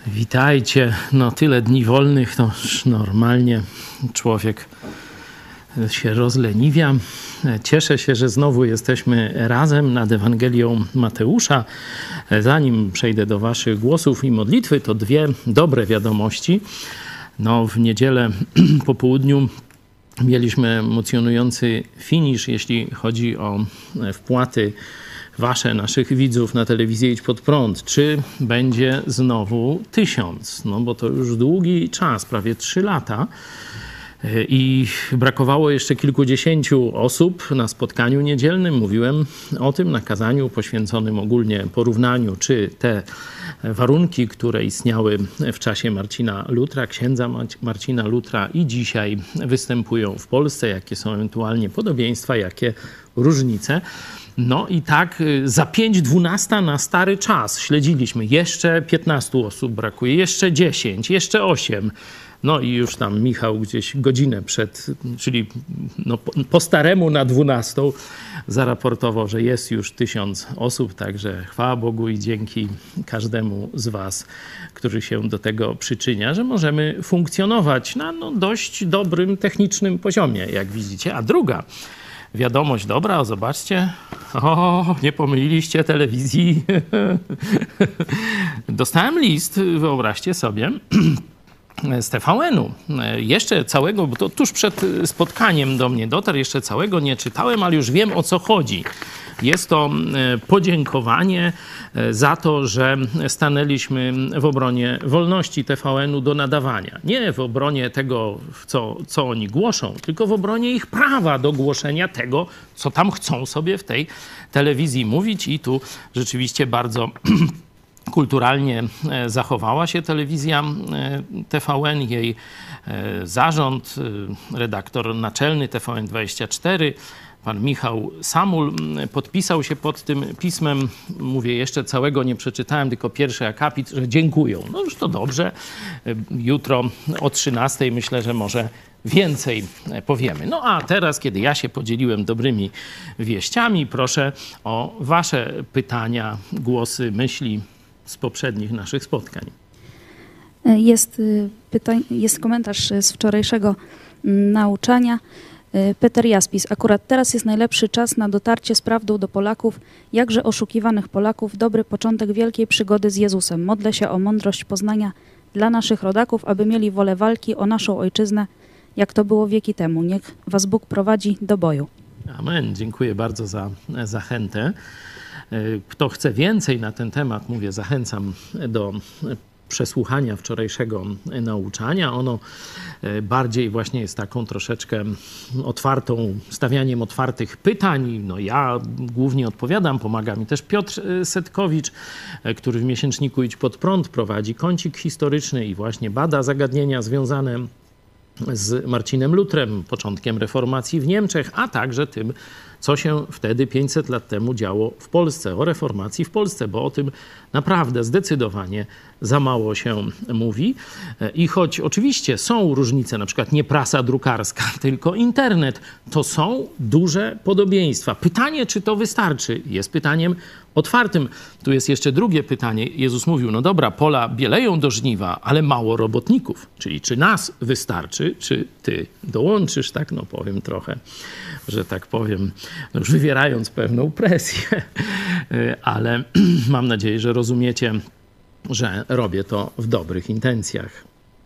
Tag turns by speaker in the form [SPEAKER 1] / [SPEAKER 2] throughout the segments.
[SPEAKER 1] Witajcie. No tyle dni wolnych, to już normalnie człowiek się rozleniwia. Cieszę się, że znowu jesteśmy razem nad Ewangelią Mateusza. Zanim przejdę do waszych głosów i modlitwy, to dwie dobre wiadomości. No, w niedzielę po południu mieliśmy emocjonujący finisz, jeśli chodzi o wpłaty wasze, naszych widzów na telewizję Idź Pod Prąd. Czy będzie znowu 1000? No bo to już długi czas, prawie 3 lata. I brakowało jeszcze kilkudziesięciu osób na spotkaniu niedzielnym. Mówiłem o tym na kazaniu poświęconym ogólnie porównaniu, czy te warunki, które istniały w czasie Marcina Lutra, księdza Marcina Lutra i dzisiaj występują w Polsce, jakie są ewentualnie podobieństwa, jakie różnice. No i tak za 5:12 na stary czas śledziliśmy. Jeszcze 15 osób brakuje, jeszcze 10, jeszcze 8. No i już tam Michał gdzieś godzinę przed, czyli no po staremu na 12 zaraportował, że jest już 1000 osób. Także chwała Bogu i dzięki każdemu z was, który się do tego przyczynia, że możemy funkcjonować na dość dobrym technicznym poziomie, jak widzicie. A druga wiadomość dobra, o zobaczcie. O, nie pomyliliście telewizji. Dostałem list, wyobraźcie sobie, z TVN-u. Jeszcze całego, bo to tuż przed spotkaniem do mnie dotarł, jeszcze całego nie czytałem, ale już wiem, o co chodzi. Jest to podziękowanie za to, że stanęliśmy w obronie wolności TVN-u do nadawania. Nie w obronie tego, co oni głoszą, tylko w obronie ich prawa do głoszenia tego, co tam chcą sobie w tej telewizji mówić. I tu rzeczywiście bardzo kulturalnie zachowała się telewizja TVN, jej zarząd, redaktor naczelny TVN24, pan Michał Samul, podpisał się pod tym pismem. Mówię, jeszcze całego nie przeczytałem, tylko pierwszy akapit, że dziękują. No już to dobrze. Jutro o 13:00 myślę, że może więcej powiemy. No a teraz, kiedy ja się podzieliłem dobrymi wieściami, proszę o wasze pytania, głosy, myśli z poprzednich naszych spotkań.
[SPEAKER 2] Jest komentarz z wczorajszego nauczania. Peter Jaspis. Akurat teraz jest najlepszy czas na dotarcie z prawdą do Polaków, jakże oszukiwanych Polaków. Dobry początek wielkiej przygody z Jezusem. Modlę się o mądrość poznania dla naszych rodaków, aby mieli wolę walki o naszą ojczyznę, jak to było wieki temu. Niech was Bóg prowadzi do boju.
[SPEAKER 1] Amen. Dziękuję bardzo za zachętę. Kto chce więcej na ten temat, mówię, zachęcam do przesłuchania wczorajszego nauczania. Ono bardziej właśnie jest taką troszeczkę otwartą, stawianiem otwartych pytań. No ja głównie odpowiadam, pomaga mi też Piotr Setkowicz, który w miesięczniku Idź Pod Prąd prowadzi kącik historyczny i właśnie bada zagadnienia związane z Marcinem Lutrem, początkiem reformacji w Niemczech, a także tym, co się wtedy 500 lat temu działo w Polsce, o reformacji w Polsce, bo o tym naprawdę zdecydowanie za mało się mówi. I choć oczywiście są różnice, na przykład nie prasa drukarska, tylko internet, to są duże podobieństwa. Pytanie, czy to wystarczy, jest pytaniem otwartym. Tu jest jeszcze drugie pytanie. Jezus mówił, no dobra, pola bieleją do żniwa, ale mało robotników. Czyli czy nas wystarczy, czy ty dołączysz, tak no powiem trochę, że tak powiem, no już wywierając pewną presję. Ale mam nadzieję, że rozumiecie, że robię to w dobrych intencjach.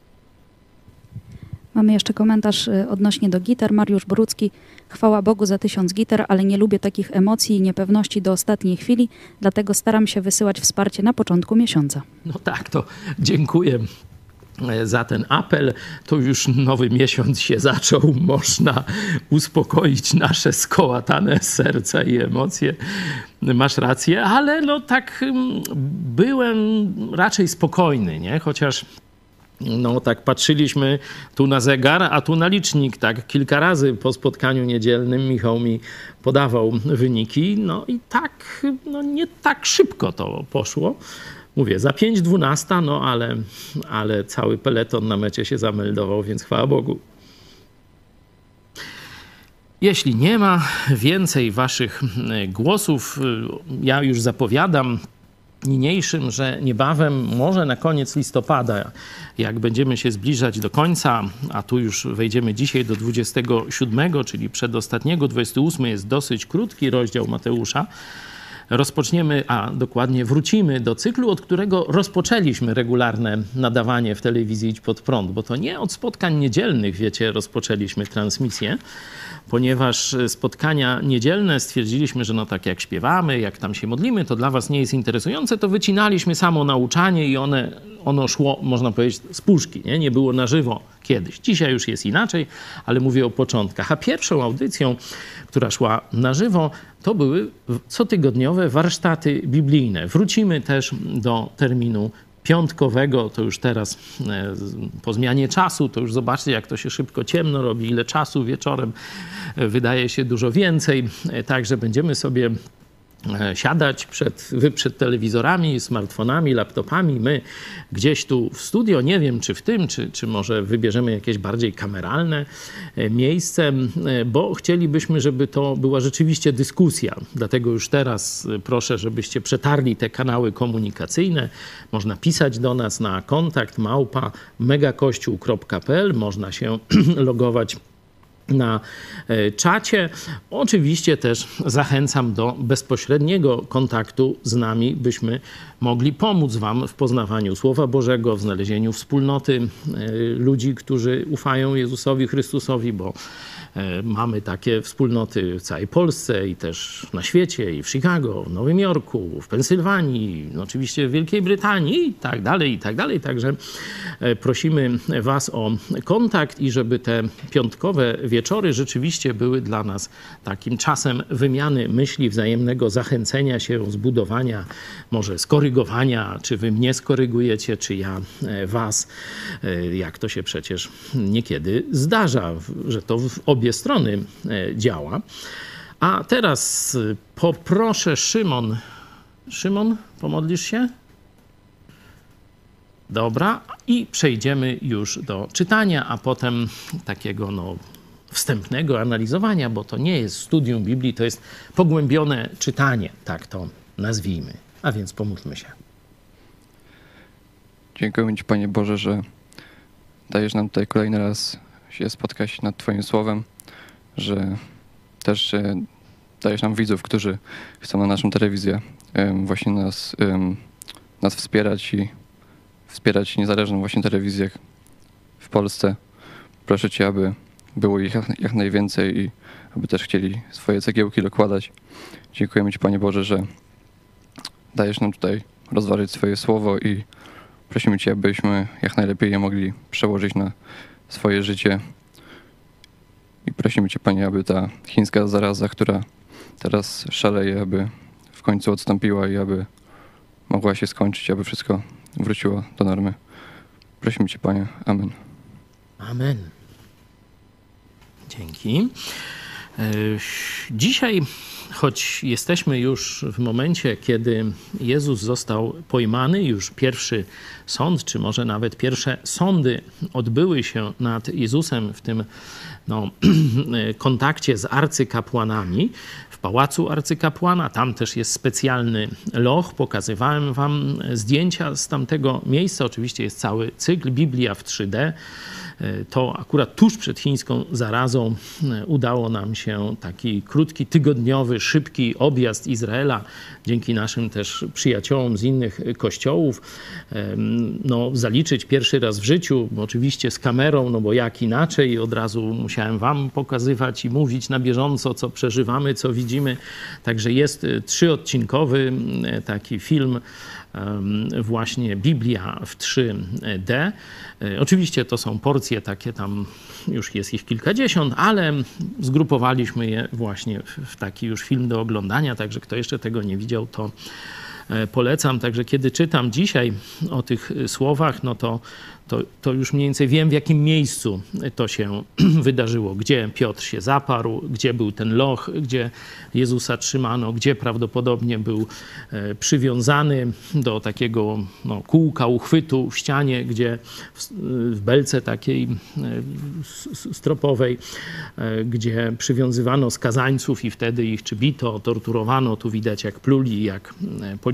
[SPEAKER 2] Mamy jeszcze komentarz odnośnie do gitar. Mariusz Borucki. Chwała Bogu za 1000 gitar, ale nie lubię takich emocji i niepewności do ostatniej chwili, dlatego staram się wysyłać wsparcie na początku miesiąca.
[SPEAKER 1] No tak, to dziękuję za ten apel. To już nowy miesiąc się zaczął. Można uspokoić nasze skołatane serca i emocje. Masz rację, ale no tak byłem raczej spokojny, nie? Chociaż no tak patrzyliśmy tu na zegar, a tu na licznik. Tak kilka razy po spotkaniu niedzielnym Michał mi podawał wyniki. No i tak, no nie tak szybko to poszło. Mówię, za 5:12, no ale cały peleton na mecie się zameldował, więc chwała Bogu. Jeśli nie ma więcej waszych głosów, ja już zapowiadam niniejszym, że niebawem, może na koniec listopada, jak będziemy się zbliżać do końca, a tu już wejdziemy dzisiaj do 27, czyli przedostatniego, 28 jest dosyć krótki rozdział Mateusza, rozpoczniemy, a dokładnie wrócimy do cyklu, od którego rozpoczęliśmy regularne nadawanie w telewizji Idź Pod Prąd, bo to nie od spotkań niedzielnych, wiecie, rozpoczęliśmy transmisję, ponieważ spotkania niedzielne stwierdziliśmy, że no tak jak śpiewamy, jak tam się modlimy, to dla was nie jest interesujące, to wycinaliśmy samo nauczanie i ono szło, można powiedzieć, z puszki, nie było na żywo kiedyś. Dzisiaj już jest inaczej, ale mówię o początkach. A pierwszą audycją, która szła na żywo, to były cotygodniowe warsztaty biblijne. Wrócimy też do terminu piątkowego, to już teraz po zmianie czasu, to już zobaczcie, jak to się szybko ciemno robi, ile czasu wieczorem wydaje się dużo więcej. Także będziemy sobie siadać przed telewizorami, smartfonami, laptopami, my gdzieś tu w studio, nie wiem czy w tym, czy może wybierzemy jakieś bardziej kameralne miejsce, bo chcielibyśmy, żeby to była rzeczywiście dyskusja. Dlatego już teraz proszę, żebyście przetarli te kanały komunikacyjne. Można pisać do nas na kontakt@megakościół.pl, można się logować na czacie. Oczywiście też zachęcam do bezpośredniego kontaktu z nami, byśmy mogli pomóc wam w poznawaniu Słowa Bożego, w znalezieniu wspólnoty ludzi, którzy ufają Jezusowi Chrystusowi, bo mamy takie wspólnoty w całej Polsce i też na świecie, i w Chicago, w Nowym Jorku, w Pensylwanii, no oczywiście w Wielkiej Brytanii i tak dalej, i tak dalej. Także prosimy was o kontakt i żeby te piątkowe wieczory rzeczywiście były dla nas takim czasem wymiany myśli, wzajemnego zachęcenia się, zbudowania, może skorygowania, czy wy mnie skorygujecie, czy ja was, jak to się przecież niekiedy zdarza, że to w obie strony działa. A teraz poproszę Szymon. Szymon, pomodlisz się? Dobra. I przejdziemy już do czytania, a potem takiego wstępnego analizowania, bo to nie jest studium Biblii, to jest pogłębione czytanie, tak to nazwijmy. A więc pomódlmy się.
[SPEAKER 3] Dziękuję Ci, Panie Boże, że dajesz nam tutaj kolejny raz się spotkać nad Twoim Słowem, że też dajesz nam widzów, którzy chcą na naszą telewizję właśnie nas wspierać i wspierać niezależną właśnie telewizję w Polsce. Proszę Cię, aby było ich jak najwięcej i aby też chcieli swoje cegiełki dokładać. Dziękujemy Ci, Panie Boże, że dajesz nam tutaj rozważyć swoje słowo i prosimy Cię, abyśmy jak najlepiej je mogli przełożyć na swoje życie. I prosimy Cię, Panie, aby ta chińska zaraza, która teraz szaleje, aby w końcu odstąpiła i aby mogła się skończyć, aby wszystko wróciło do normy. Prosimy Cię, Panie. Amen.
[SPEAKER 1] Amen. Dzięki. Dzisiaj, choć jesteśmy już w momencie, kiedy Jezus został pojmany, już pierwszy sąd, czy może nawet pierwsze sądy odbyły się nad Jezusem w tym kontakcie z arcykapłanami, w pałacu arcykapłana. Tam też jest specjalny loch. Pokazywałem wam zdjęcia z tamtego miejsca. Oczywiście jest cały cykl Biblia w 3D. To akurat tuż przed chińską zarazą udało nam się taki krótki, tygodniowy, szybki objazd Izraela, dzięki naszym też przyjaciołom z innych kościołów, zaliczyć pierwszy raz w życiu, oczywiście z kamerą, bo jak inaczej, od razu musiałem wam pokazywać i mówić na bieżąco, co przeżywamy, co widzimy. Także jest 3-odcinkowy taki film, właśnie Biblia w 3D. Oczywiście to są porcje takie, tam już jest ich kilkadziesiąt, ale zgrupowaliśmy je właśnie w taki już film do oglądania, także kto jeszcze tego nie widział, to polecam. Także kiedy czytam dzisiaj o tych słowach, to już mniej więcej wiem, w jakim miejscu to się wydarzyło. Gdzie Piotr się zaparł, gdzie był ten loch, gdzie Jezusa trzymano, gdzie prawdopodobnie był przywiązany do takiego kółka, uchwytu w ścianie, gdzie w belce takiej stropowej, gdzie przywiązywano skazańców i wtedy ich czy bito, torturowano. Tu widać, jak pluli, jak policjanci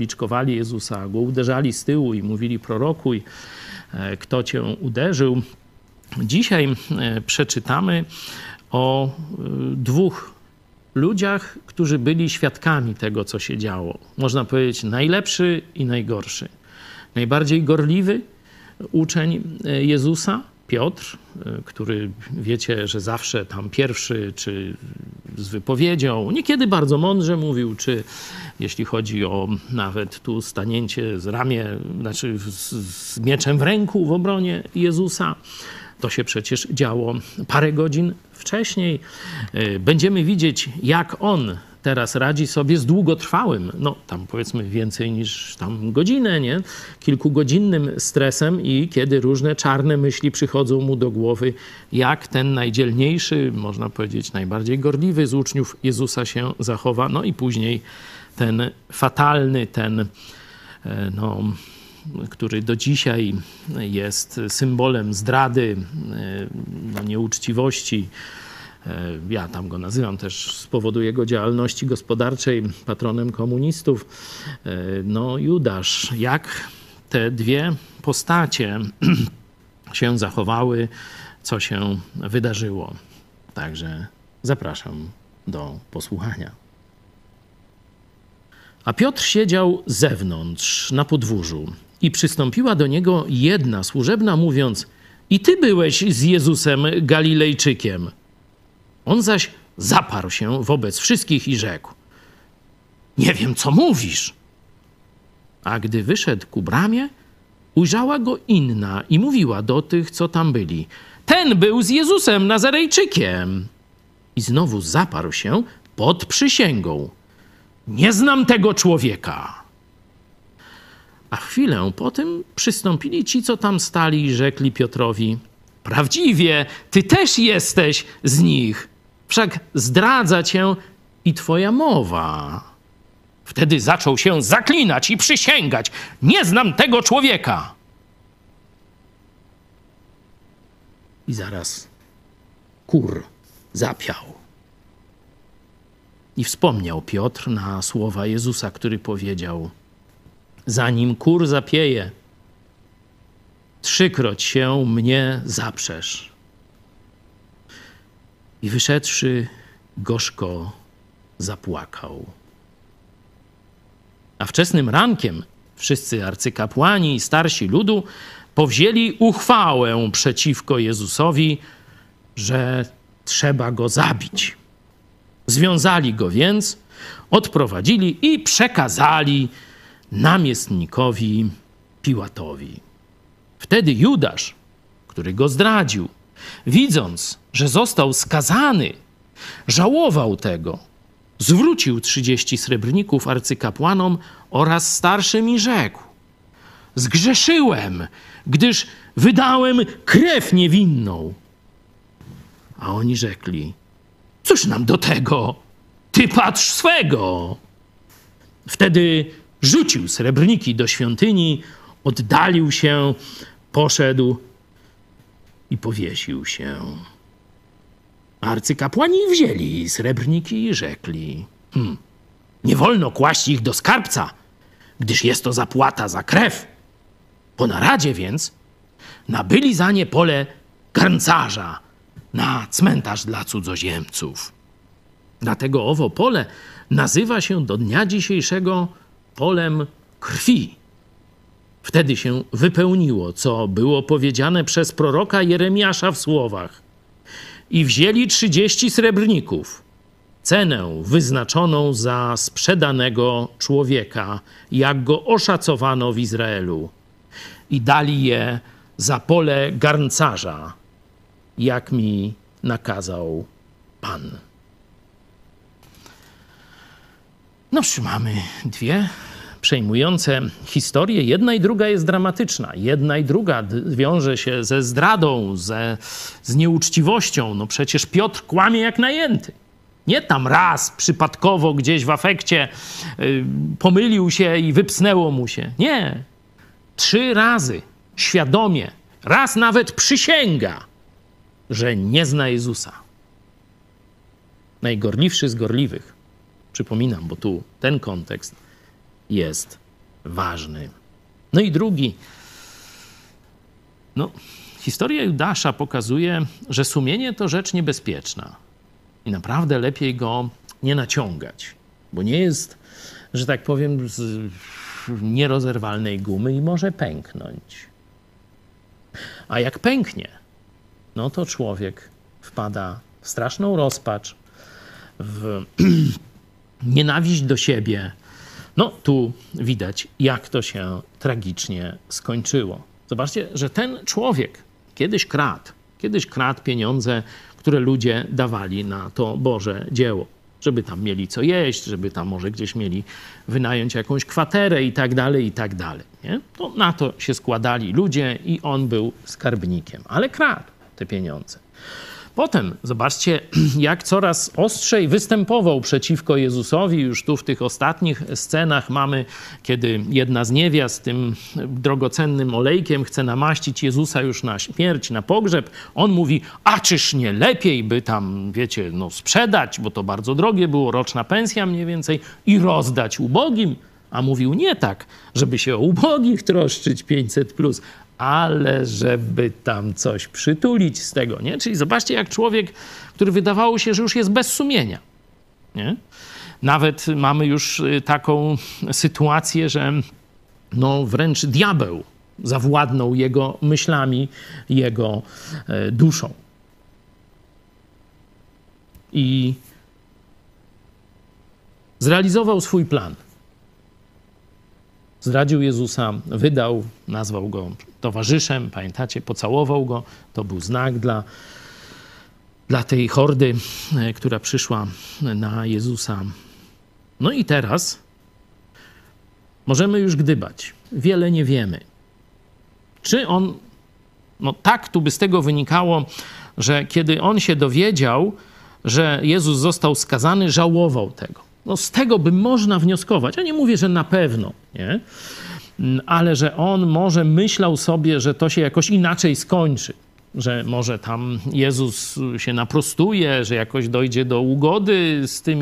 [SPEAKER 1] policzkowali Jezusa, go uderzali z tyłu i mówili: prorokuj, kto cię uderzył. Dzisiaj przeczytamy o dwóch ludziach, którzy byli świadkami tego, co się działo. Można powiedzieć najlepszy i najgorszy. Najbardziej gorliwy uczeń Jezusa, Piotr, który wiecie, że zawsze tam pierwszy, czy z wypowiedzią, niekiedy bardzo mądrze mówił, czy jeśli chodzi o nawet tu stanięcie z ramię, znaczy z mieczem w ręku w obronie Jezusa. To się przecież działo parę godzin wcześniej. Będziemy widzieć, jak on teraz radzi sobie z długotrwałym, no tam powiedzmy więcej niż tam godzinę, nie? Kilkugodzinnym stresem i kiedy różne czarne myśli przychodzą mu do głowy, jak ten najdzielniejszy, można powiedzieć najbardziej gorliwy z uczniów Jezusa się zachowa. No i później ten fatalny, ten no, który do dzisiaj jest symbolem zdrady, no, nieuczciwości. Ja tam go nazywam też z powodu jego działalności gospodarczej patronem komunistów. No, Judasz. Jak te dwie postacie się zachowały, co się wydarzyło. Także zapraszam do posłuchania. A Piotr siedział zewnątrz na podwórzu i przystąpiła do niego jedna służebna, mówiąc: i ty byłeś z Jezusem Galilejczykiem. On zaś zaparł się wobec wszystkich i rzekł: nie wiem, co mówisz. A gdy wyszedł ku bramie, ujrzała go inna i mówiła do tych, co tam byli: ten był z Jezusem Nazarejczykiem. I znowu zaparł się pod przysięgą: nie znam tego człowieka. A chwilę potem przystąpili ci, co tam stali, i rzekli Piotrowi: prawdziwie, ty też jesteś z nich, wszak zdradza cię i twoja mowa. Wtedy zaczął się zaklinać i przysięgać: nie znam tego człowieka. I zaraz kur zapiał. I wspomniał Piotr na słowa Jezusa, który powiedział: zanim kur zapieje, 3-kroć się mnie zaprzesz. I wyszedłszy, gorzko zapłakał. A wczesnym rankiem wszyscy arcykapłani i starsi ludu powzięli uchwałę przeciwko Jezusowi, że trzeba go zabić. Związali go więc, odprowadzili i przekazali namiestnikowi Piłatowi. Wtedy Judasz, który go zdradził, widząc, że został skazany, żałował tego. Zwrócił 30 srebrników arcykapłanom oraz starszym i rzekł: zgrzeszyłem, gdyż wydałem krew niewinną. A oni rzekli: cóż nam do tego? Ty patrz swego. Wtedy rzucił srebrniki do świątyni, oddalił się, poszedł i powiesił się. Arcykapłani wzięli srebrniki i rzekli: nie wolno kłaść ich do skarbca, gdyż jest to zapłata za krew. Po naradzie więc nabyli za nie pole garncarza na cmentarz dla cudzoziemców. Dlatego owo pole nazywa się do dnia dzisiejszego polem krwi. Wtedy się wypełniło, co było powiedziane przez proroka Jeremiasza w słowach: i wzięli 30 srebrników, cenę wyznaczoną za sprzedanego człowieka, jak go oszacowano w Izraelu, i dali je za pole garncarza, jak mi nakazał Pan. Noż mamy dwie przejmujące historie. Jedna i druga jest dramatyczna. Jedna i druga wiąże się ze zdradą, z nieuczciwością. No przecież Piotr kłamie jak najęty. Nie tam raz przypadkowo gdzieś w afekcie pomylił się i wypsnęło mu się. Nie. 3 razy świadomie, raz nawet przysięga, że nie zna Jezusa. Najgorliwszy z gorliwych. Przypominam, bo tu ten kontekst jest ważny. No i drugi. Historia Judasza pokazuje, że sumienie to rzecz niebezpieczna i naprawdę lepiej go nie naciągać, bo nie jest, że tak powiem, z nierozerwalnej gumy i może pęknąć. A jak pęknie, to człowiek wpada w straszną rozpacz, w nienawiść do siebie. Tu widać, jak to się tragicznie skończyło. Zobaczcie, że ten człowiek kiedyś kradł pieniądze, które ludzie dawali na to Boże dzieło, żeby tam mieli co jeść, żeby tam może gdzieś mieli wynająć jakąś kwaterę i tak dalej, nie? To na to się składali ludzie i on był skarbnikiem, ale kradł te pieniądze. Potem zobaczcie, jak coraz ostrzej występował przeciwko Jezusowi. Już tu w tych ostatnich scenach mamy, kiedy jedna z niewiast tym drogocennym olejkiem chce namaścić Jezusa już na śmierć, na pogrzeb. On mówi, a czyż nie lepiej by tam, wiecie, sprzedać, bo to bardzo drogie było, roczna pensja mniej więcej, i rozdać ubogim. A mówił nie tak, żeby się o ubogich troszczyć 500+, ale żeby tam coś przytulić z tego, nie? Czyli zobaczcie, jak człowiek, który wydawało się, że już jest bez sumienia, nie? Nawet mamy już taką sytuację, że wręcz diabeł zawładnął jego myślami, jego duszą. I zrealizował swój plan. Zdradził Jezusa, wydał, nazwał go towarzyszem, pamiętacie, pocałował go. To był znak dla tej hordy, która przyszła na Jezusa. I teraz możemy już gdybać. Wiele nie wiemy. Czy on, tak tu by z tego wynikało, że kiedy on się dowiedział, że Jezus został skazany, żałował tego. Z tego by można wnioskować. Ja nie mówię, że na pewno, nie? Ale że on może myślał sobie, że to się jakoś inaczej skończy. Że może tam Jezus się naprostuje, że jakoś dojdzie do ugody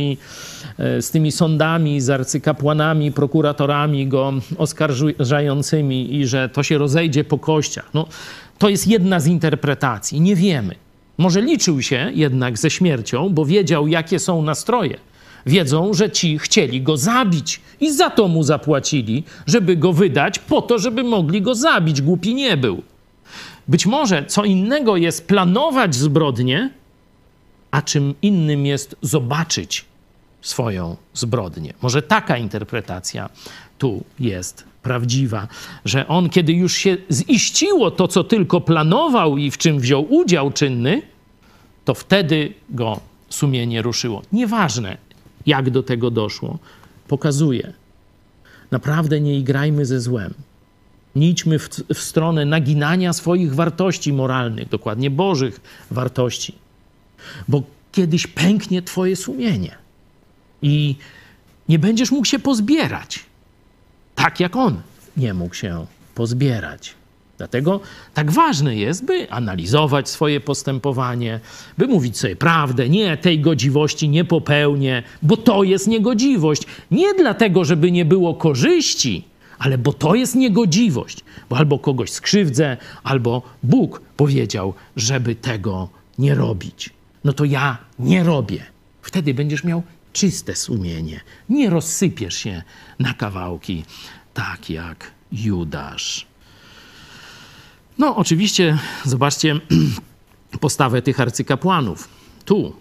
[SPEAKER 1] z tymi sądami, z arcykapłanami, prokuratorami go oskarżającymi i że to się rozejdzie po kościach. To jest jedna z interpretacji. Nie wiemy. Może liczył się jednak ze śmiercią, bo wiedział, jakie są nastroje. Wiedzą, że ci chcieli go zabić i za to mu zapłacili, żeby go wydać po to, żeby mogli go zabić. Głupi nie był. Być może co innego jest planować zbrodnię, a czym innym jest zobaczyć swoją zbrodnię. Może taka interpretacja tu jest prawdziwa, że on, kiedy już się ziściło to, co tylko planował i w czym wziął udział czynny, to wtedy go sumienie ruszyło. Nieważne, jak do tego doszło, pokazuje. Naprawdę nie igrajmy ze złem. Nie idźmy w stronę naginania swoich wartości moralnych, dokładnie Bożych wartości. Bo kiedyś pęknie twoje sumienie i nie będziesz mógł się pozbierać. Tak jak on nie mógł się pozbierać. Dlatego tak ważne jest, by analizować swoje postępowanie, by mówić sobie prawdę, nie, tej godziwości nie popełnię, bo to jest niegodziwość. Nie dlatego, żeby nie było korzyści, ale bo to jest niegodziwość. Bo albo kogoś skrzywdzę, albo Bóg powiedział, żeby tego nie robić. To ja nie robię. Wtedy będziesz miał czyste sumienie. Nie rozsypiesz się na kawałki, tak jak Judasz. Oczywiście, zobaczcie postawę tych arcykapłanów. Tu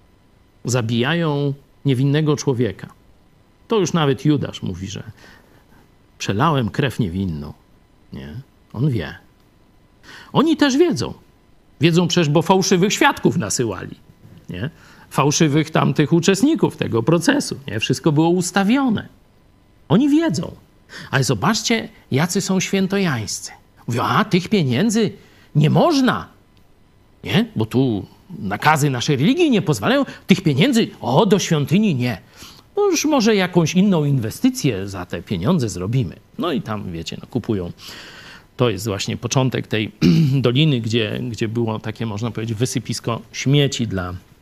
[SPEAKER 1] zabijają niewinnego człowieka. To już nawet Judasz mówi, że przelałem krew niewinną. Nie? On wie. Oni też wiedzą. Wiedzą przecież, bo fałszywych świadków nasyłali. Nie? Fałszywych tamtych uczestników tego procesu. Nie? Wszystko było ustawione. Oni wiedzą. Ale zobaczcie, jacy są świętojańscy. Mówią, tych pieniędzy nie można, nie? Bo tu nakazy naszej religii nie pozwalają. Tych pieniędzy, do świątyni nie. Już może jakąś inną inwestycję za te pieniądze zrobimy. I tam, wiecie, kupują. To jest właśnie początek tej doliny, gdzie było takie, można powiedzieć, wysypisko śmieci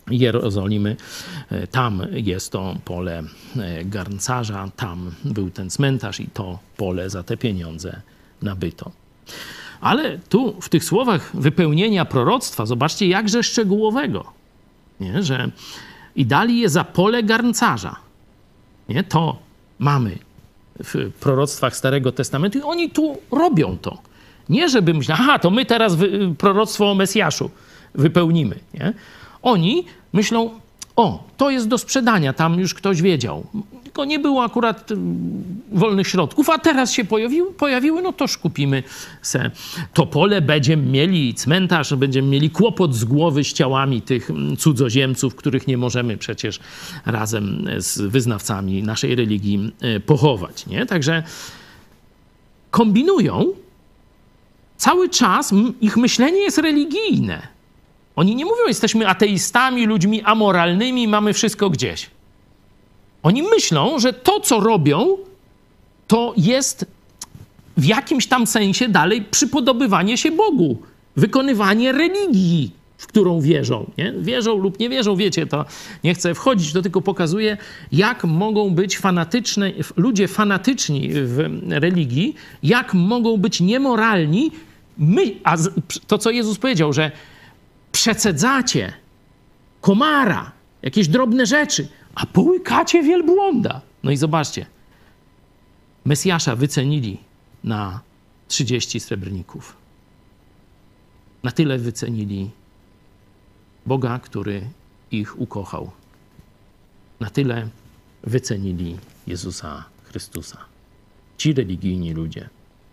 [SPEAKER 1] Jerozolimy. Tam jest to pole garncarza, tam był ten cmentarz i to pole za te pieniądze nabyto. Ale tu w tych słowach wypełnienia proroctwa, zobaczcie jakże szczegółowego, nie? Że i dali je za pole garncarza. Nie? To mamy w proroctwach Starego Testamentu i oni tu robią to. Nie żeby myśleć, aha, to my teraz proroctwo o Mesjaszu wypełnimy. Nie? Oni myślą, o, to jest do sprzedania, tam już ktoś wiedział. Tylko nie było akurat wolnych środków, a teraz się pojawiły, no toż kupimy se to pole, będziemy mieli cmentarz, będziemy mieli kłopot z głowy z ciałami tych cudzoziemców, których nie możemy przecież razem z wyznawcami naszej religii pochować. Nie? Także kombinują, cały czas ich myślenie jest religijne. Oni nie mówią, jesteśmy ateistami, ludźmi amoralnymi, mamy wszystko gdzieś. Oni myślą, że to, co robią, to jest w jakimś tam sensie dalej przypodobywanie się Bogu, wykonywanie religii, w którą wierzą. Nie? Wierzą lub nie wierzą, wiecie, to nie chcę wchodzić, to tylko pokazuje, jak mogą być ludzie fanatyczni w religii, jak mogą być niemoralni. To, co Jezus powiedział, że przecedzacie komara, jakieś drobne rzeczy, a połykacie wielbłąda. No i zobaczcie, Mesjasza wycenili na 30 srebrników. Na tyle wycenili Boga, który ich ukochał. Na tyle wycenili Jezusa Chrystusa. Ci religijni ludzie.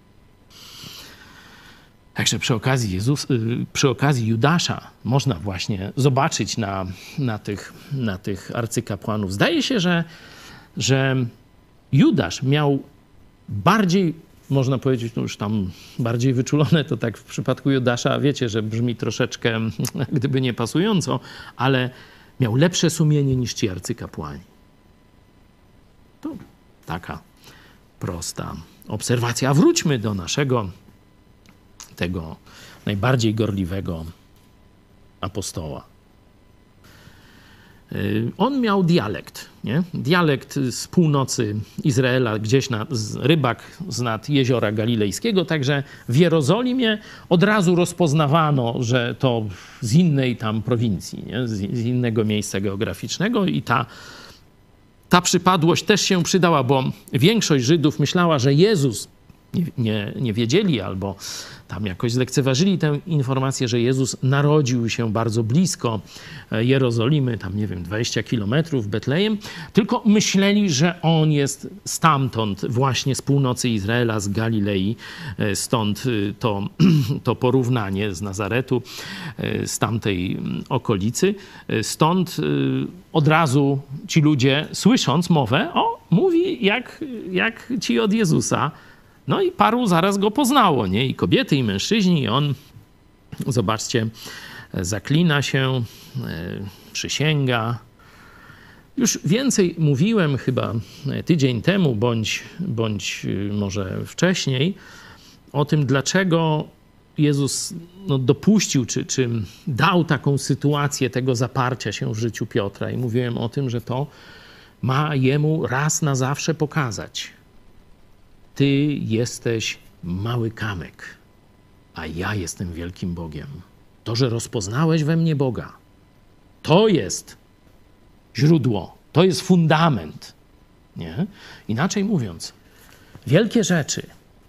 [SPEAKER 1] Także przy okazji Judasza można właśnie zobaczyć na tych arcykapłanów. Zdaje się, że Judasz miał bardziej, można powiedzieć, no już tam bardziej wyczulone, to tak w przypadku Judasza, wiecie, że brzmi troszeczkę gdyby nie pasująco, ale miał lepsze sumienie niż ci arcykapłani. To taka prosta obserwacja. A wróćmy do naszego tego najbardziej gorliwego apostoła. On miał dialekt, nie? Dialekt z północy Izraela, gdzieś rybak z nad jeziora Galilejskiego, także w Jerozolimie od razu rozpoznawano, że to z innej tam prowincji, nie? Z innego miejsca geograficznego i ta przypadłość też się przydała, bo większość Żydów myślała, że Jezus, nie wiedzieli albo tam jakoś zlekceważyli tę informację, że Jezus narodził się bardzo blisko Jerozolimy, tam nie wiem, 20 kilometrów, Betlejem, tylko myśleli, że on jest stamtąd, właśnie z północy Izraela, z Galilei, stąd to porównanie z Nazaretu, z tamtej okolicy. Stąd od razu ci ludzie, słysząc mowę, mówi jak ci od Jezusa. No i paru zaraz go poznało, nie? I kobiety, i mężczyźni, i on, zobaczcie, zaklina się, przysięga. Już więcej mówiłem chyba tydzień temu, bądź może wcześniej, o tym, dlaczego Jezus dopuścił, czy dał taką sytuację tego zaparcia się w życiu Piotra. I mówiłem o tym, że to ma jemu raz na zawsze pokazać. Ty jesteś mały kamyk, a ja jestem wielkim Bogiem. To, że rozpoznałeś we mnie Boga, to jest źródło, to jest fundament. Nie? Inaczej mówiąc, wielkie rzeczy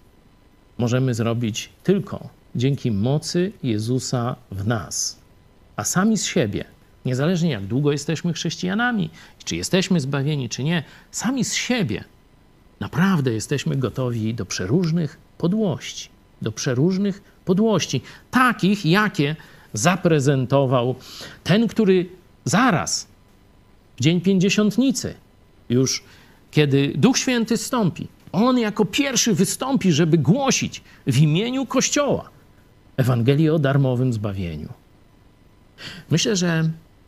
[SPEAKER 1] możemy zrobić tylko dzięki mocy Jezusa w nas. A sami z siebie, niezależnie jak długo jesteśmy chrześcijanami, czy jesteśmy zbawieni, czy nie, sami z siebie naprawdę jesteśmy gotowi do przeróżnych podłości. Do przeróżnych podłości. Takich, jakie zaprezentował ten, który zaraz, w dzień Pięćdziesiątnicy, już kiedy Duch Święty zstąpi, on jako pierwszy wystąpi, żeby głosić w imieniu Kościoła Ewangelię o darmowym zbawieniu. Myślę, że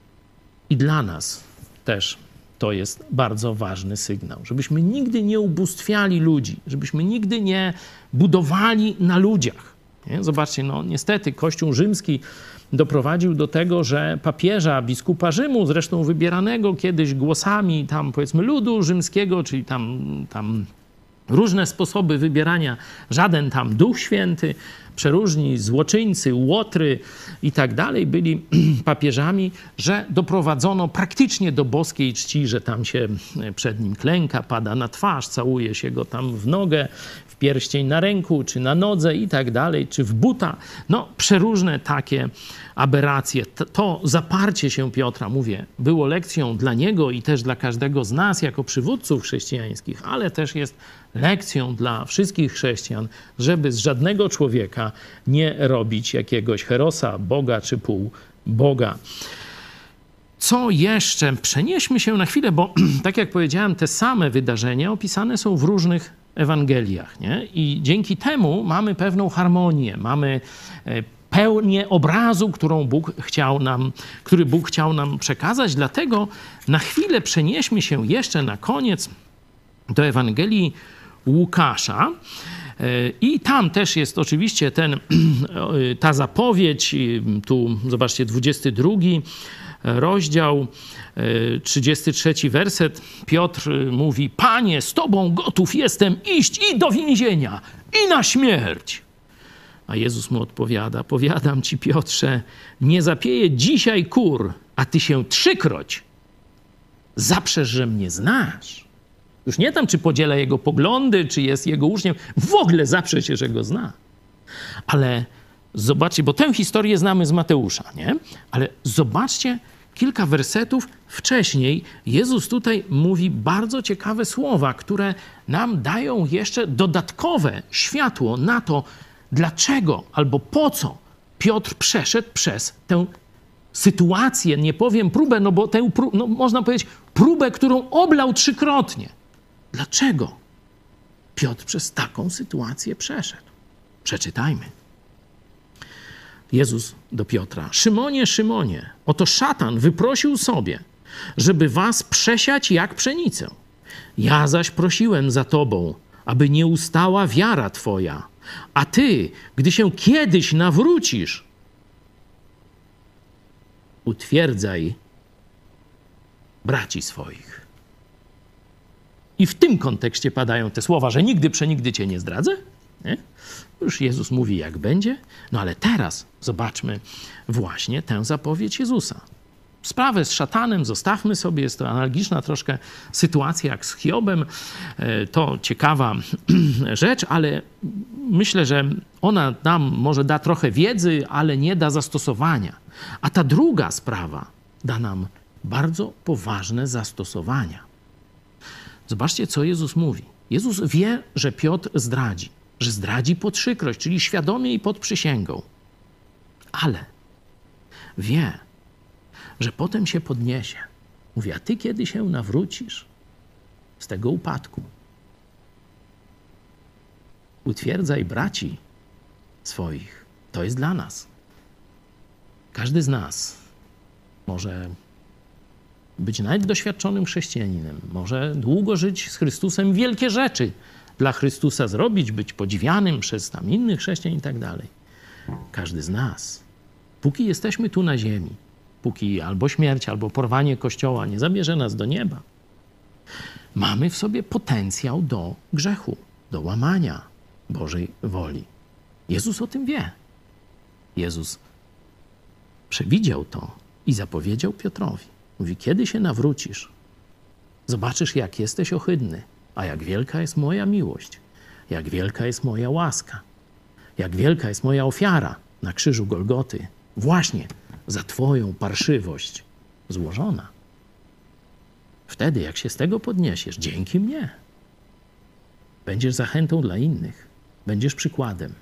[SPEAKER 1] i dla nas też to jest bardzo ważny sygnał, żebyśmy nigdy nie ubóstwiali ludzi, żebyśmy nigdy nie budowali na ludziach, Nie? Zobaczcie, no niestety Kościół rzymski doprowadził do tego, że papieża, biskupa Rzymu, zresztą wybieranego kiedyś głosami tam powiedzmy ludu rzymskiego, czyli tam różne sposoby wybierania, żaden tam Duch Święty, przeróżni złoczyńcy, łotry i tak dalej byli papieżami, że doprowadzono praktycznie do boskiej czci, że tam się przed nim klęka, pada na twarz, całuje się go tam w nogę, w pierścień na ręku, czy na nodze i tak dalej, czy w buta. No, przeróżne takie aberracje. To zaparcie się Piotra, mówię, było lekcją dla niego i też dla każdego z nas jako przywódców chrześcijańskich, ale też jest lekcją dla wszystkich chrześcijan, żeby z żadnego człowieka nie robić jakiegoś herosa, Boga czy pół Boga. Co jeszcze? Przenieśmy się na chwilę, bo tak jak powiedziałem, te same wydarzenia opisane są w różnych Ewangeliach, nie? I dzięki temu mamy pewną harmonię, mamy pełnię obrazu, który Bóg chciał nam przekazać. Dlatego na chwilę przenieśmy się jeszcze na koniec do Ewangelii Łukasza. I tam też jest oczywiście ta zapowiedź, tu zobaczcie 22 rozdział, 33 werset. Piotr mówi: Panie, z Tobą gotów jestem iść i do więzienia, i na śmierć. A Jezus mu odpowiada: powiadam Ci, Piotrze, nie zapieje dzisiaj kur, a Ty się 3-kroć zaprzesz, że mnie znasz. Już nie tam, czy podziela jego poglądy, czy jest jego uczniem. W ogóle zaprze się, że go zna. Ale zobaczcie, bo tę historię znamy z Mateusza, nie? Ale zobaczcie, kilka wersetów wcześniej Jezus tutaj mówi bardzo ciekawe słowa, które nam dają jeszcze dodatkowe światło na to, dlaczego albo po co Piotr przeszedł przez tę sytuację, nie powiem próbę, no bo można powiedzieć próbę, którą oblał 3-krotnie. Dlaczego Piotr przez taką sytuację przeszedł? Przeczytajmy. Jezus do Piotra: Szymonie, Szymonie, oto szatan wyprosił sobie, żeby was przesiać jak pszenicę. Ja zaś prosiłem za tobą, aby nie ustała wiara twoja. A ty, gdy się kiedyś nawrócisz, utwierdzaj braci swoich. I w tym kontekście padają te słowa, że nigdy przenigdy cię nie zdradzę. Nie? Już Jezus mówi, jak będzie. No ale teraz zobaczmy właśnie tę zapowiedź Jezusa. Sprawę z szatanem zostawmy sobie, jest to analogiczna troszkę sytuacja jak z Hiobem. To ciekawa rzecz, ale myślę, że ona nam może da trochę wiedzy, ale nie da zastosowania. A ta druga sprawa da nam bardzo poważne zastosowania. Zobaczcie, co Jezus mówi. Jezus wie, że Piotr zdradzi, że zdradzi po 3-kroć, czyli świadomie i pod przysięgą. Ale wie, że potem się podniesie. Mówi: a ty kiedy się nawrócisz z tego upadku? Utwierdzaj braci swoich. To jest dla nas. Każdy z nas może być nawet doświadczonym chrześcijaninem, może długo żyć z Chrystusem, wielkie rzeczy dla Chrystusa zrobić, być podziwianym przez tam innych chrześcijan i tak dalej. Każdy z nas, póki jesteśmy tu na ziemi, póki albo śmierć, albo porwanie Kościoła nie zabierze nas do nieba, mamy w sobie potencjał do grzechu, do łamania Bożej woli. Jezus o tym wie. Jezus przewidział to i zapowiedział Piotrowi. Mówi: kiedy się nawrócisz, zobaczysz, jak jesteś ohydny, a jak wielka jest moja miłość, jak wielka jest moja łaska, jak wielka jest moja ofiara na krzyżu Golgoty, właśnie za twoją parszywość złożona. Wtedy, jak się z tego podniesiesz, dzięki mnie, będziesz zachętą dla innych, będziesz przykładem.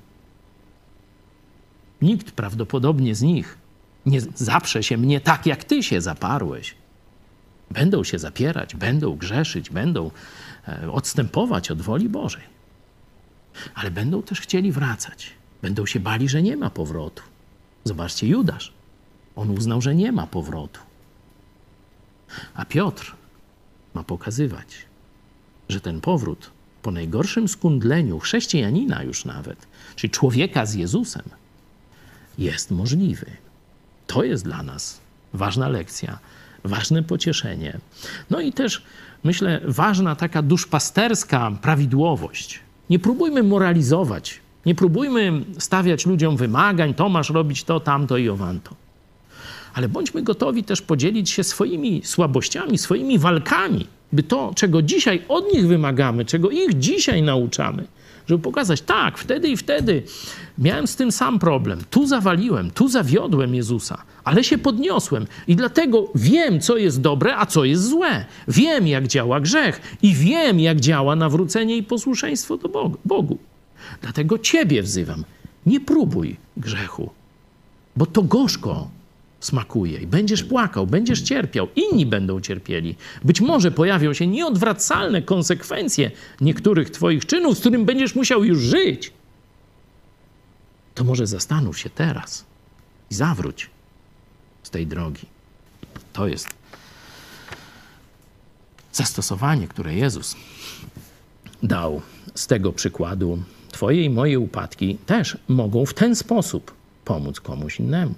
[SPEAKER 1] Nikt prawdopodobnie z nich nie zaprze się mnie tak, jak ty się zaparłeś. Będą się zapierać, będą grzeszyć, będą odstępować od woli Bożej. Ale będą też chcieli wracać. Będą się bali, że nie ma powrotu. Zobaczcie, Judasz. On uznał, że nie ma powrotu. A Piotr ma pokazywać, że ten powrót po najgorszym skundleniu chrześcijanina już nawet, czyli człowieka z Jezusem, jest możliwy. To jest dla nas ważna lekcja, ważne pocieszenie. No i też, myślę, ważna taka duszpasterska prawidłowość. Nie próbujmy moralizować, nie próbujmy stawiać ludziom wymagań, to masz robić to, tamto i owanto. Ale bądźmy gotowi też podzielić się swoimi słabościami, swoimi walkami, by to, czego dzisiaj od nich wymagamy, czego ich dzisiaj nauczamy, żeby pokazać, tak, wtedy i wtedy miałem z tym sam problem. Tu zawaliłem, tu zawiodłem Jezusa, ale się podniosłem i dlatego wiem, co jest dobre, a co jest złe. Wiem, jak działa grzech i wiem, jak działa nawrócenie i posłuszeństwo do Bogu. Dlatego ciebie wzywam, nie próbuj grzechu, bo to gorzko smakuje i będziesz płakał, będziesz cierpiał, inni będą cierpieli. Być może pojawią się nieodwracalne konsekwencje niektórych twoich czynów, z którym będziesz musiał już żyć. To może zastanów się teraz i zawróć z tej drogi. To jest zastosowanie, które Jezus dał z tego przykładu. Twoje i moje upadki też mogą w ten sposób pomóc komuś innemu.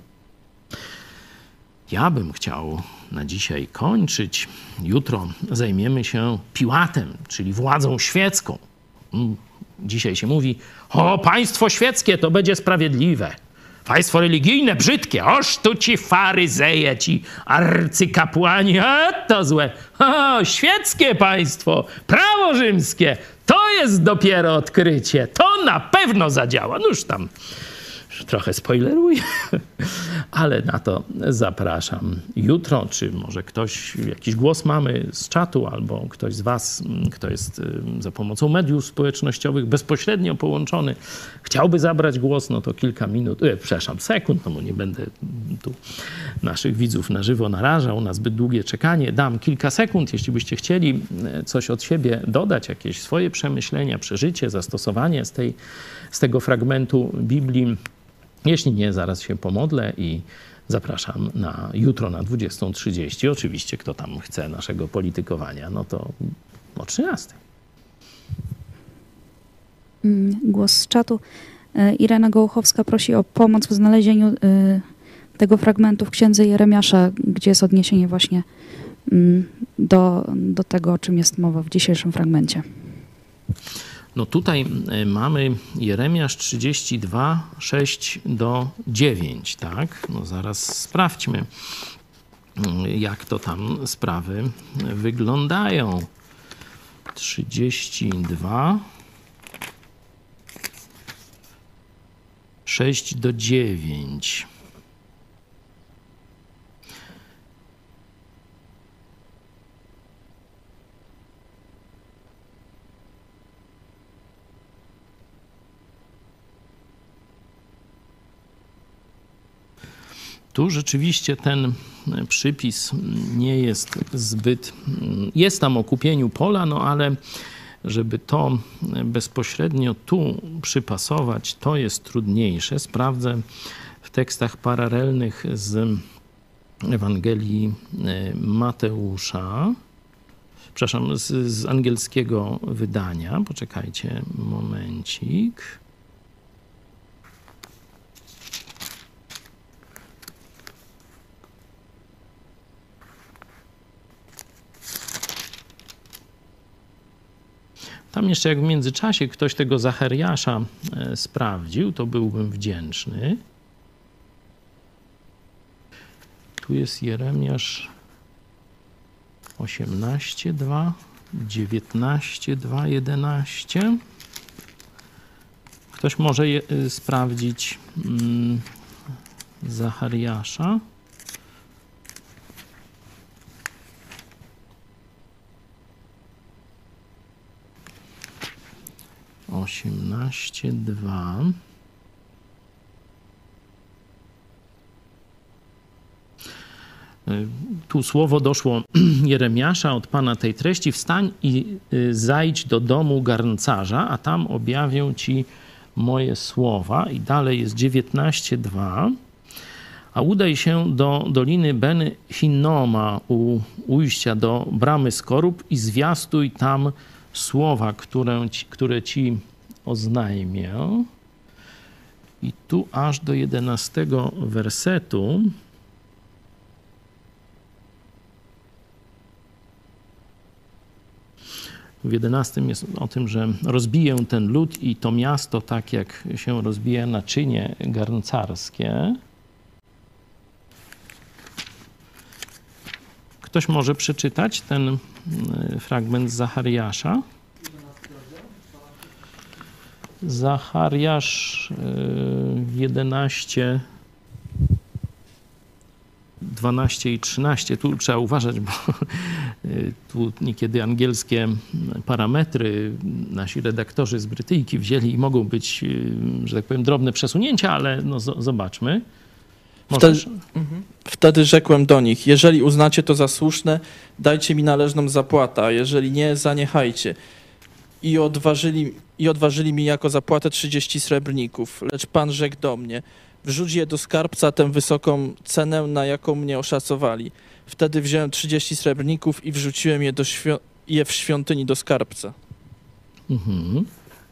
[SPEAKER 1] Ja bym chciał na dzisiaj kończyć. Jutro zajmiemy się Piłatem, czyli władzą świecką. Dzisiaj się mówi, o, państwo świeckie to będzie sprawiedliwe. Państwo religijne, brzydkie. Oż tu ci faryzeje, ci arcykapłani, a to złe. O, świeckie państwo, prawo rzymskie, to jest dopiero odkrycie. To na pewno zadziała. No już tam trochę spoileruję, ale na to zapraszam jutro, czy może ktoś, jakiś głos mamy z czatu, albo ktoś z was, kto jest za pomocą mediów społecznościowych bezpośrednio połączony, chciałby zabrać głos, no to kilka minut, sekund, no bo nie będę tu naszych widzów na żywo narażał na zbyt długie czekanie. Dam kilka sekund, jeśli byście chcieli coś od siebie dodać, jakieś swoje przemyślenia, przeżycie, zastosowanie z tego fragmentu Biblii. Jeśli nie, zaraz się pomodlę i zapraszam na jutro na 20:30. Oczywiście, kto tam chce naszego politykowania, no to o 13:00.
[SPEAKER 2] Głos z czatu. Irena Gołuchowska prosi o pomoc w znalezieniu tego fragmentu w księdze Jeremiasza, gdzie jest odniesienie właśnie do tego, o czym jest mowa w dzisiejszym fragmencie.
[SPEAKER 1] No tutaj mamy Jeremiasz 32, 6-9, tak? No zaraz sprawdźmy, jak to tam sprawy wyglądają. 32, 6-9. Tu rzeczywiście ten przypis nie jest zbyt... Jest tam o kupieniu pola, no ale żeby to bezpośrednio tu przypasować, to jest trudniejsze. Sprawdzę w tekstach paralelnych z Ewangelii Mateusza. Przepraszam, z angielskiego wydania. Poczekajcie momencik. Tam jeszcze jak w międzyczasie ktoś tego Zachariasza sprawdził, to byłbym wdzięczny. Tu jest Jeremiasz 18:2, 19:2, 11. Ktoś może sprawdzić Zachariasza. Osiemnaście, 2. Tu słowo doszło Jeremiasza od Pana tej treści. Wstań i zajdź do domu garncarza, a tam objawię ci moje słowa. I dalej jest 19:2. A udaj się do doliny Ben-Hinnoma u ujścia do bramy Skorup i zwiastuj tam słowa, które ci oznajmię. I tu aż do 11 wersetu w 11 jest o tym, że rozbiję ten lud i to miasto tak, jak się rozbija naczynie garncarskie. Ktoś może przeczytać ten fragment z Zachariasza? Zachariasz 11, 12 i 13. Tu trzeba uważać, bo tu niekiedy angielskie parametry nasi redaktorzy z Brytyjki wzięli i mogą być, że tak powiem, drobne przesunięcia, ale no zobaczmy.
[SPEAKER 4] Wtedy rzekłem do nich, jeżeli uznacie to za słuszne, dajcie mi należną zapłatę, a jeżeli nie, zaniechajcie. I odważyli mi jako zapłatę 30 srebrników. Lecz Pan rzekł do mnie, wrzuć je do skarbca tę wysoką cenę, na jaką mnie oszacowali. Wtedy wziąłem 30 srebrników i wrzuciłem je w świątyni do skarbca.
[SPEAKER 1] Mhm.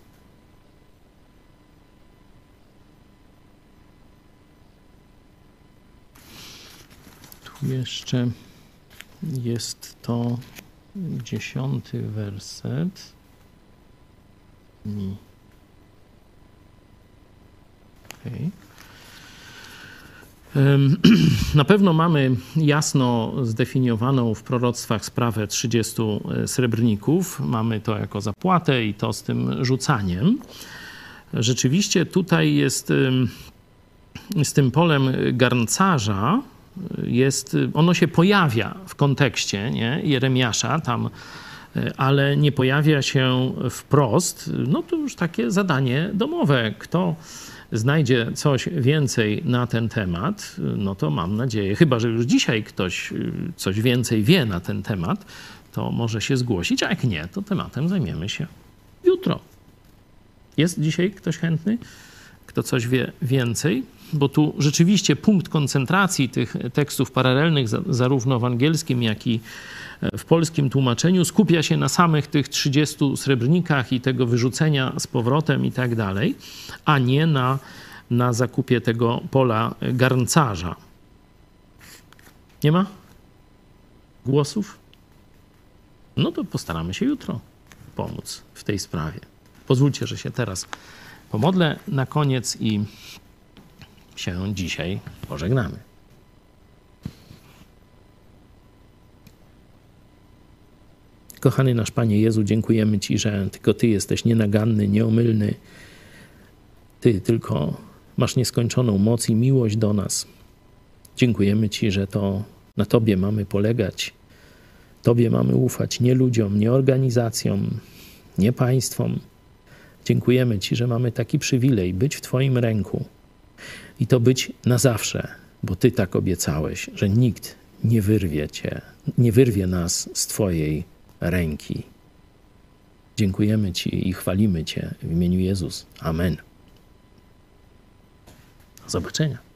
[SPEAKER 1] Tu jeszcze jest to 10 werset. Okay. Na pewno mamy jasno zdefiniowaną w proroctwach sprawę 30 srebrników. Mamy to jako zapłatę i to z tym rzucaniem. Rzeczywiście tutaj jest z tym polem garncarza, ono się pojawia w kontekście, nie, Jeremiasza tam, ale nie pojawia się wprost. No to już takie zadanie domowe. Kto znajdzie coś więcej na ten temat, no to mam nadzieję, chyba że już dzisiaj ktoś coś więcej wie na ten temat, to może się zgłosić, a jak nie, to tematem zajmiemy się jutro. Jest dzisiaj ktoś chętny? Kto coś wie więcej? Bo tu rzeczywiście punkt koncentracji tych tekstów paralelnych, zarówno w angielskim, jak i w polskim tłumaczeniu, skupia się na samych tych 30 srebrnikach i tego wyrzucenia z powrotem i tak dalej, a nie na zakupie tego pola garncarza. Nie ma głosów? No to postaramy się jutro pomóc w tej sprawie. Pozwólcie, że się teraz pomodlę na koniec i się dzisiaj pożegnamy. Kochany nasz Panie Jezu, dziękujemy Ci, że tylko Ty jesteś nienaganny, nieomylny. Ty tylko masz nieskończoną moc i miłość do nas. Dziękujemy Ci, że to na Tobie mamy polegać. Tobie mamy ufać, nie ludziom, nie organizacjom, nie państwom. Dziękujemy Ci, że mamy taki przywilej być w Twoim ręku i to być na zawsze, bo Ty tak obiecałeś, że nikt nie wyrwie nas z Twojej ręki. Dziękujemy Ci i chwalimy Cię w imieniu Jezus. Amen. Do zobaczenia.